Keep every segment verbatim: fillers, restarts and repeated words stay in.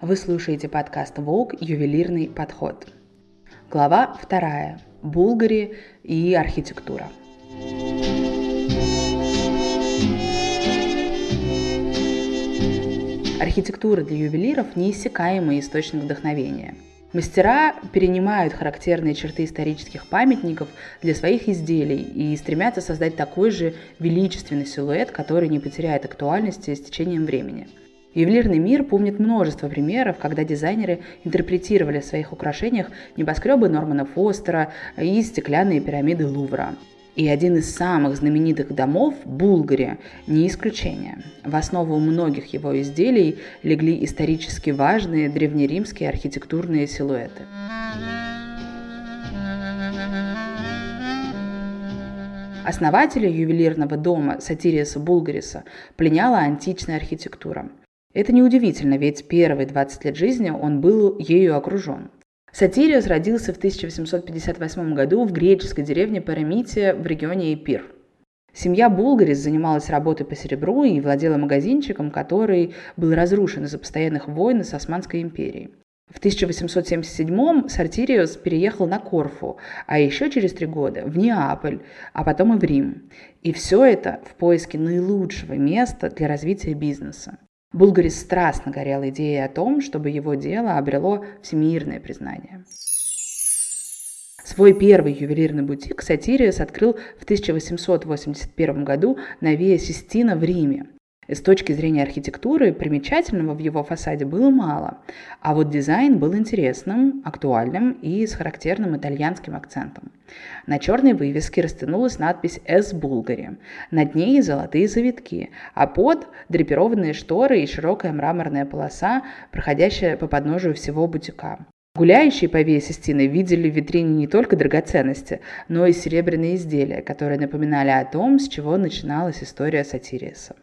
Вы слушаете подкаст Vogue «Ювелирный подход». Глава вторая. Булгари и архитектура. Архитектура для ювелиров – неиссякаемый источник вдохновения. Мастера перенимают характерные черты исторических памятников для своих изделий и стремятся создать такой же величественный силуэт, который не потеряет актуальности с течением времени. Ювелирный мир помнит множество примеров, когда дизайнеры интерпретировали в своих украшениях небоскребы Нормана Фостера и стеклянные пирамиды Лувра. И один из самых знаменитых домов, Булгари, не исключение. В основу многих его изделий легли исторически важные древнеримские архитектурные силуэты. Основателя ювелирного дома Сотириаса Булгариса пленяла античная архитектура. Это неудивительно, ведь первые двадцать лет жизни он был ею окружен. Сотириас родился в тысяча восемьсот пятьдесят восьмом году в греческой деревне Парамития в регионе Эпир. Семья Булгарис занималась работой по серебру и владела магазинчиком, который был разрушен из-за постоянных войн с Османской империей. В тысяча восемьсот семьдесят седьмом Сотириас переехал на Корфу, а еще через три года в Неаполь, а потом и в Рим. И все это в поиске наилучшего места для развития бизнеса. Булгарис страстно горел идеей о том, чтобы его дело обрело всемирное признание. Свой первый ювелирный бутик Сотириас открыл в тысяча восемьсот восемьдесят первом году на Виа Систина в Риме. С точки зрения архитектуры примечательного в его фасаде было мало, а вот дизайн был интересным, актуальным и с характерным итальянским акцентом. На черной вывеске растянулась надпись «С. Булгари», над ней золотые завитки, а под – драпированные шторы и широкая мраморная полоса, проходящая по подножию всего бутика. Гуляющие по Виа Систина видели в витрине не только драгоценности, но и серебряные изделия, которые напоминали о том, с чего начиналась история Сотириаса.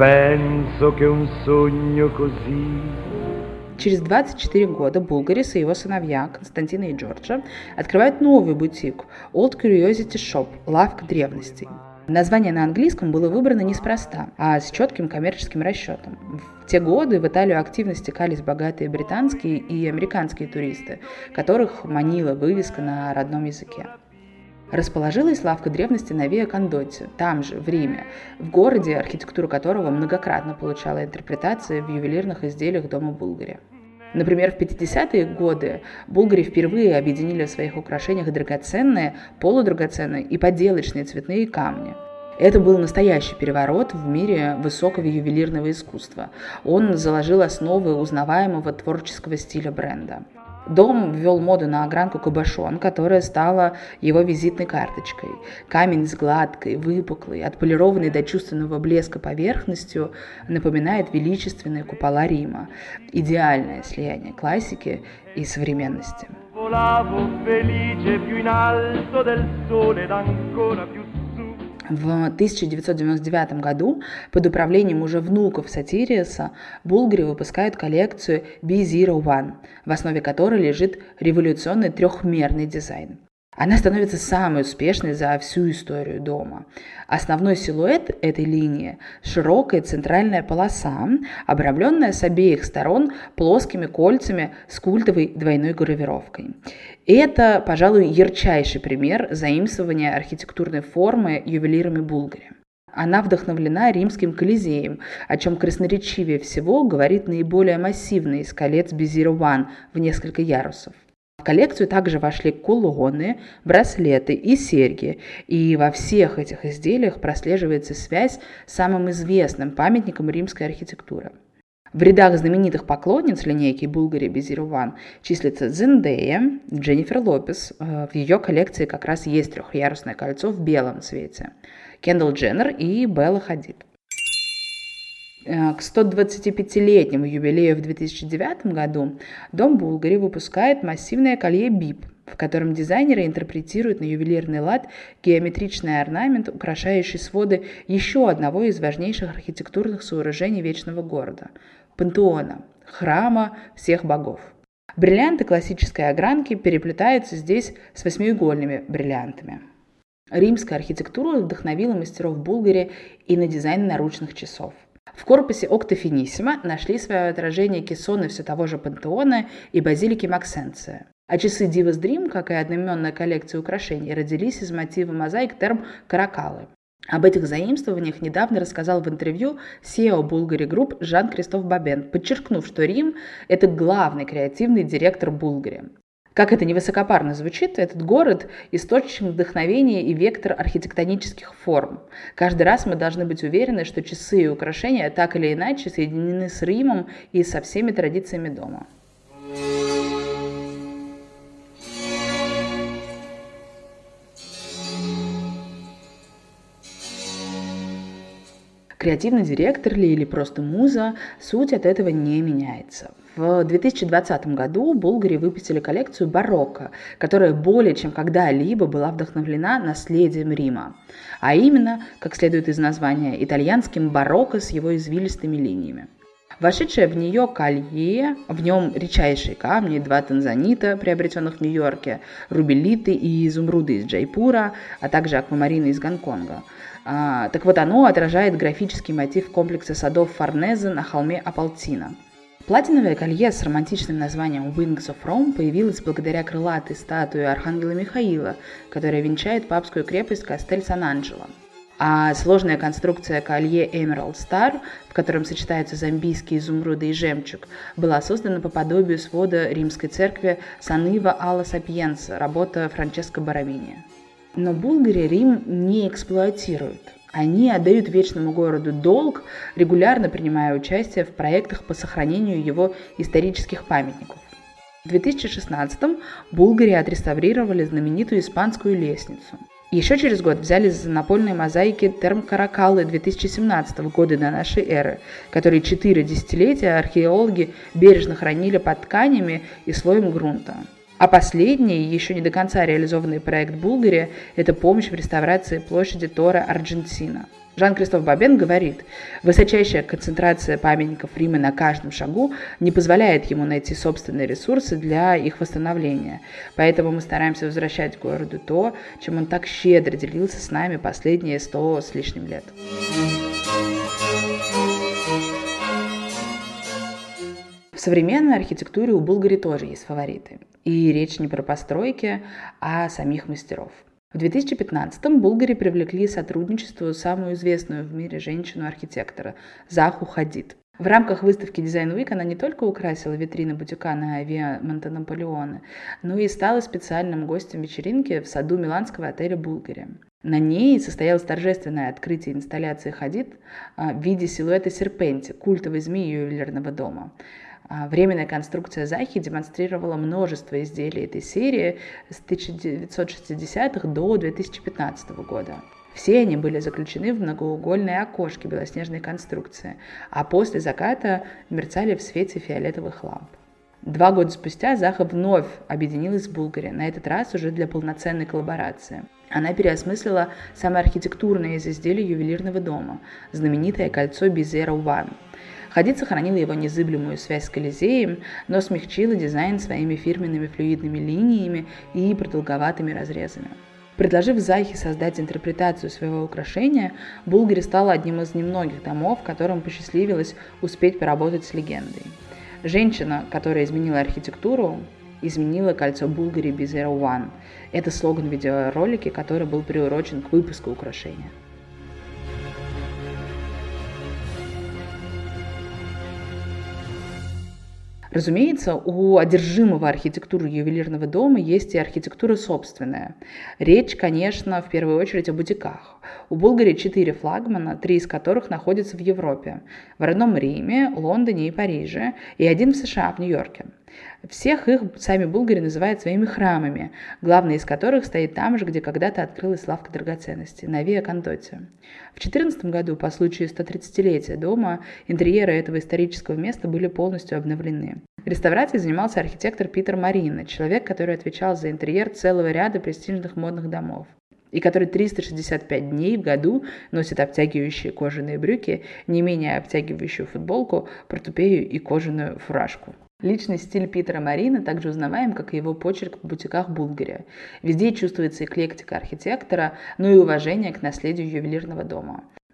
Через двадцать четыре года Булгарис и его сыновья Константина и Джорджа открывают новый бутик Old Curiosity Shop – лавка древностей. Название на английском было выбрано неспроста, а с четким коммерческим расчетом. В те годы в Италию активно стекались богатые британские и американские туристы, которых манила вывеска на родном языке. Расположилась лавка древности на Виа Кондотти, там же, в Риме, в городе, архитектура которого многократно получала интерпретации в ювелирных изделиях дома Булгари. Например, в пятидесятые годы Булгари впервые объединили в своих украшениях драгоценные, полудрагоценные и подделочные цветные камни. Это был настоящий переворот в мире высокого ювелирного искусства. Он заложил основы узнаваемого творческого стиля бренда. Дом ввел моду на огранку кабошон, которая стала его визитной карточкой. Камень с гладкой, выпуклой, отполированной до чувственного блеска поверхностью напоминает величественные купола Рима. Идеальное слияние классики и современности. В тысяча девятьсот девяносто девятом году под управлением уже внуков Сотириаса Булгари выпускают коллекцию би зеро один, в основе которой лежит революционный трехмерный дизайн. Она становится самой успешной за всю историю дома. Основной силуэт этой линии – широкая центральная полоса, обрамленная с обеих сторон плоскими кольцами с культовой двойной гравировкой. И это, пожалуй, ярчайший пример заимствования архитектурной формы ювелирами Булгари. Она вдохновлена римским Колизеем, о чем красноречивее всего говорит наиболее массивный из колец би зеро один в несколько ярусов. В коллекцию также вошли кулоны, браслеты и серьги, и во всех этих изделиях прослеживается связь с самым известным памятником римской архитектуры. В рядах знаменитых поклонниц линейки Булгари би зеро один числится Зендея, Дженнифер Лопес, в ее коллекции как раз есть трехъярусное кольцо в белом цвете, Кендалл Дженнер и Белла Хадид. К сто двадцатипятилетнему юбилею в две тысячи девятом году дом Булгари выпускает массивное колье бип, в котором дизайнеры интерпретируют на ювелирный лад геометричный орнамент, украшающий своды еще одного из важнейших архитектурных сооружений Вечного города – пантеона, храма всех богов. Бриллианты классической огранки переплетаются здесь с восьмиугольными бриллиантами. Римская архитектура вдохновила мастеров Булгари и на дизайн наручных часов. В корпусе Окта Финиссимо нашли свое отражение кессоны все того же Пантеона и базилики Максенция. А часы Divas Dream, как и одноименная коллекция украшений, родились из мотива мозаик терм Каракалы. Об этих заимствованиях недавно рассказал в интервью си и о Bulgari Group Жан-Кристоф Бабен, подчеркнув, что Рим – это главный креативный директор Булгари. Как это не высокопарно звучит, этот город – источник вдохновения и вектор архитектонических форм. Каждый раз мы должны быть уверены, что часы и украшения так или иначе соединены с Римом и со всеми традициями дома. Креативный директор ли или просто муза, суть от этого не меняется. В две тысячи двадцатом году Bulgari выпустили коллекцию барокко, которая более чем когда-либо была вдохновлена наследием Рима. А именно, как следует из названия, итальянским барокко с его извилистыми линиями. Вошедшее в нее колье, в нем редчайшие камни, два танзанита, приобретенных в Нью-Йорке, рубелиты и изумруды из Джайпура, а также аквамарины из Гонконга. А, так вот, оно отражает графический мотив комплекса садов Форнезе на холме Апалтино. Платиновое колье с романтичным названием Wings of Rome появилось благодаря крылатой статуе архангела Михаила, которая венчает папскую крепость Кастель Сан-Анджело. А сложная конструкция колье Emerald Star, в котором сочетаются замбийские изумруды и жемчуг, была создана по подобию свода римской церкви Сан-Ива алла Сапиенса, работа Франческо Боровини. Но Булгари Рим не эксплуатирует. Они отдают вечному городу долг, регулярно принимая участие в проектах по сохранению его исторических памятников. В две тысячи шестнадцатом Булгари отреставрировали знаменитую испанскую лестницу. Еще через год взялись за напольные мозаики терм Каракалы две тысячи семнадцатого года до нашей эры, которые четыре десятилетия археологи бережно хранили под тканями и слоем грунта. А последний, еще не до конца реализованный проект Булгари – это помощь в реставрации площади Торе Арджентино. Жан-Кристоф Бабен говорит, высочайшая концентрация памятников Рима на каждом шагу не позволяет ему найти собственные ресурсы для их восстановления. Поэтому мы стараемся возвращать городу то, чем он так щедро делился с нами последние сто с лишним лет. В современной архитектуре у Булгари тоже есть фавориты. И речь не про постройки, а о самих мастеров. В две тысячи пятнадцатом Булгари привлекли к сотрудничеству самую известную в мире женщину-архитектора Заху Хадид. В рамках выставки Design Week она не только украсила витрины бутика на Виа Монте-Наполеоне, но и стала специальным гостем вечеринки в саду миланского отеля Булгари. На ней состоялось торжественное открытие инсталляции Хадид в виде силуэта серпенти, культовой змеи ювелирного дома. Временная конструкция Захи демонстрировала множество изделий этой серии с тысяча девятьсот шестидесятых до две тысячи пятнадцатого года. Все они были заключены в многоугольные окошки белоснежной конструкции, а после заката мерцали в свете фиолетовых ламп. Два года спустя Заха вновь объединилась с Булгари, на этот раз уже для полноценной коллаборации. Она переосмыслила самое архитектурное из изделий ювелирного дома – знаменитое кольцо Bizero One. Хадид сохранила его незыблемую связь с Колизеем, но смягчила дизайн своими фирменными флюидными линиями и продолговатыми разрезами. Предложив Захе создать интерпретацию своего украшения, Булгари стала одним из немногих домов, которым посчастливилось успеть поработать с легендой. Женщина, которая изменила архитектуру, изменила кольцо Булгари Bizero One. Это слоган видеоролика, который был приурочен к выпуску украшения. Разумеется, у одержимого архитектуры ювелирного дома есть и архитектура собственная. Речь, конечно, в первую очередь о бутиках. У Булгари четыре флагмана, три из которых находятся в Европе. В родном Риме, Лондоне и Париже, и один в США, в Нью-Йорке. Всех их сами Булгари называют своими храмами, главный из которых стоит там же, где когда-то открылась лавка драгоценностей, на Виа Кондотти. В две тысячи четырнадцатом году, по случаю стотридцатилетия дома, интерьеры этого исторического места были полностью обновлены. Реставрацией занимался архитектор Питер Марина, человек, который отвечал за интерьер целого ряда престижных модных домов, и который триста шестьдесят пять дней в году носит обтягивающие кожаные брюки, не менее обтягивающую футболку, портупею и кожаную фуражку. Личный стиль Питера Марина также узнаваем, как и его почерк в бутиках Булгари. Везде чувствуется эклектика архитектора, но и уважение к наследию ювелирного дома.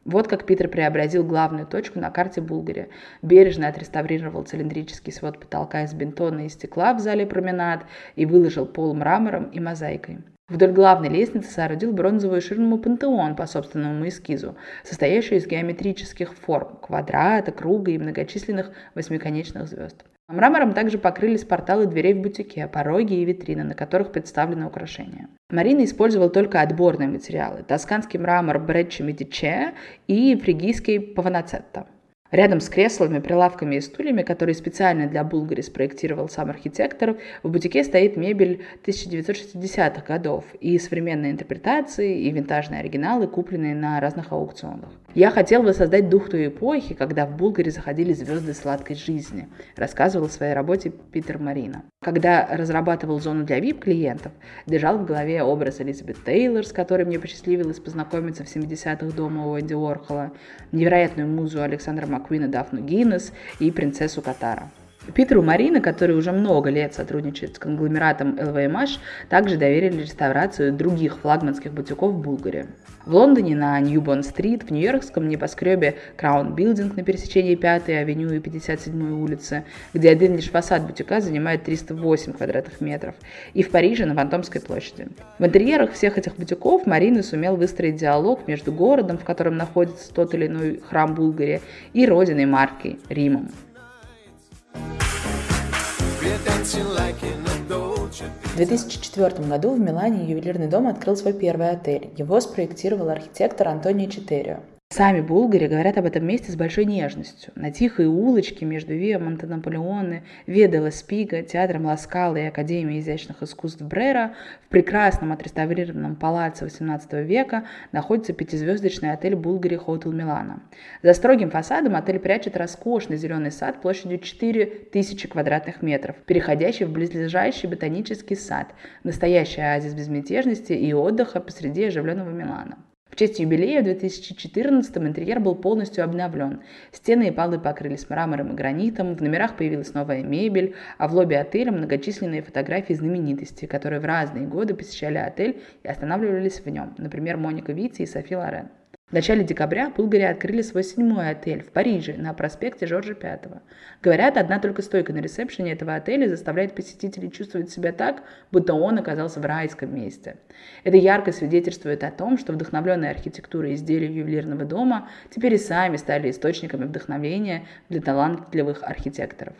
Вот как Питер преобразил главную точку на карте Булгари. Бережно отреставрировал цилиндрический свод потолка из бетона и стекла в зале променад и выложил пол мрамором и мозаикой. Вдоль главной лестницы соорудил бронзовую ширму пантеон по собственному эскизу, состоящую из геометрических форм – квадрата, круга и многочисленных восьмиконечных звезд. Мрамором также покрылись порталы дверей в бутике, пороги и витрины, на которых представлены украшения. Марина использовала только отборные материалы – тосканский мрамор Бreccia Medici и фригийский Паванацетто. Рядом с креслами, прилавками и стульями, которые специально для Булгари спроектировал сам архитектор, в бутике стоит мебель тысяча девятьсот шестидесятых годов и современные интерпретации, и винтажные оригиналы, купленные на разных аукционах. «Я хотел воссоздать дух той эпохи, когда в Булгари заходили звезды сладкой жизни», рассказывал в своей работе Питер Марина. Когда разрабатывал зону для ви ай пи-клиентов, держал в голове образ Элизабет Тейлор, с которой мне посчастливилось познакомиться в семидесятых дома у Энди Уорхола, невероятную музу Александра Маккуина Дафну Гиннес и принцессу Катара. Питеру Марина, который уже много лет сотрудничает с конгломератом эл ви эм эйч, также доверили реставрацию других флагманских бутиков в Булгари. В Лондоне на Ньюборн-стрит, в нью-йоркском небоскребе Краун Билдинг на пересечении пятой авеню и пятьдесят седьмой улицы, где один лишь фасад бутика занимает триста восемь квадратных метров, и в Париже на Вантомской площади. В интерьерах всех этих бутиков Марина сумел выстроить диалог между городом, в котором находится тот или иной храм Булгари, и родиной марки – Римом. В две тысячи четвёртом году в Милане ювелирный дом открыл свой первый отель. Его спроектировал архитектор Антонио Читерио. Сами булгари говорят об этом месте с большой нежностью. На тихой улочке между Виа Монте-Наполеоне, Виа де ла Спига, театром Ла Скала и Академией изящных искусств Брера в прекрасном отреставрированном палаце восемнадцатого века находится пятизвездочный отель Булгари Хотел Милано. За строгим фасадом отель прячет роскошный зеленый сад площадью четыре тысячи квадратных метров, переходящий в близлежащий ботанический сад, настоящий оазис безмятежности и отдыха посреди оживленного Милана. В честь юбилея в две тысячи четырнадцатом интерьер был полностью обновлен. Стены и полы покрылись мрамором и гранитом, в номерах появилась новая мебель, а в лобби отеля многочисленные фотографии знаменитостей, которые в разные годы посещали отель и останавливались в нем, например, Моника Витти и Софи Лорен. В начале декабря булгари открыли свой седьмой отель в Париже на проспекте Жоржа Пятого. Говорят, одна только стойка на ресепшене этого отеля заставляет посетителей чувствовать себя так, будто он оказался в райском месте. Это ярко свидетельствует о том, что вдохновленные архитектурой изделия ювелирного дома теперь и сами стали источниками вдохновения для талантливых архитекторов.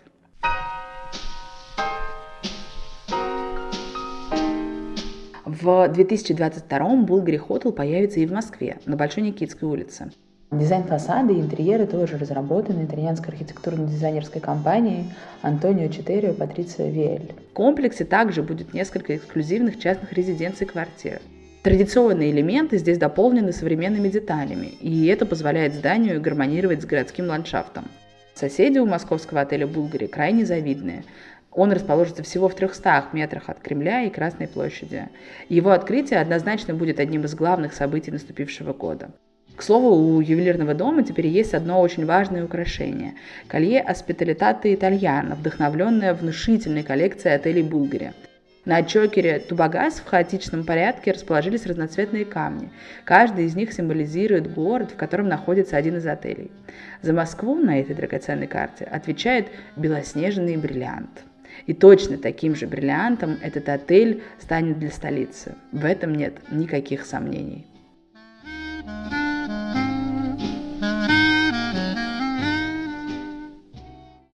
В две тысячи двадцать втором Bulgari Hotel появится и в Москве, на Большой Никитской улице. Дизайн фасада и интерьеры тоже разработаны итальянской архитектурно-дизайнерской компанией Антонио Читерио и Патрицио Виэль. В комплексе также будет несколько эксклюзивных частных резиденций и квартир. Традиционные элементы здесь дополнены современными деталями, и это позволяет зданию гармонировать с городским ландшафтом. Соседи у московского отеля Bulgari крайне завидные. Он расположится всего в трехстах метрах от Кремля и Красной площади. Его открытие однозначно будет одним из главных событий наступившего года. К слову, у ювелирного дома теперь есть одно очень важное украшение – колье Ospitalitate Italiana, вдохновленное внушительной коллекцией отелей Булгари. На чокере Тубагас в хаотичном порядке расположились разноцветные камни. Каждый из них символизирует город, в котором находится один из отелей. За Москву на этой драгоценной карте отвечает белоснежный бриллиант. И точно таким же бриллиантом этот отель станет для столицы. В этом нет никаких сомнений.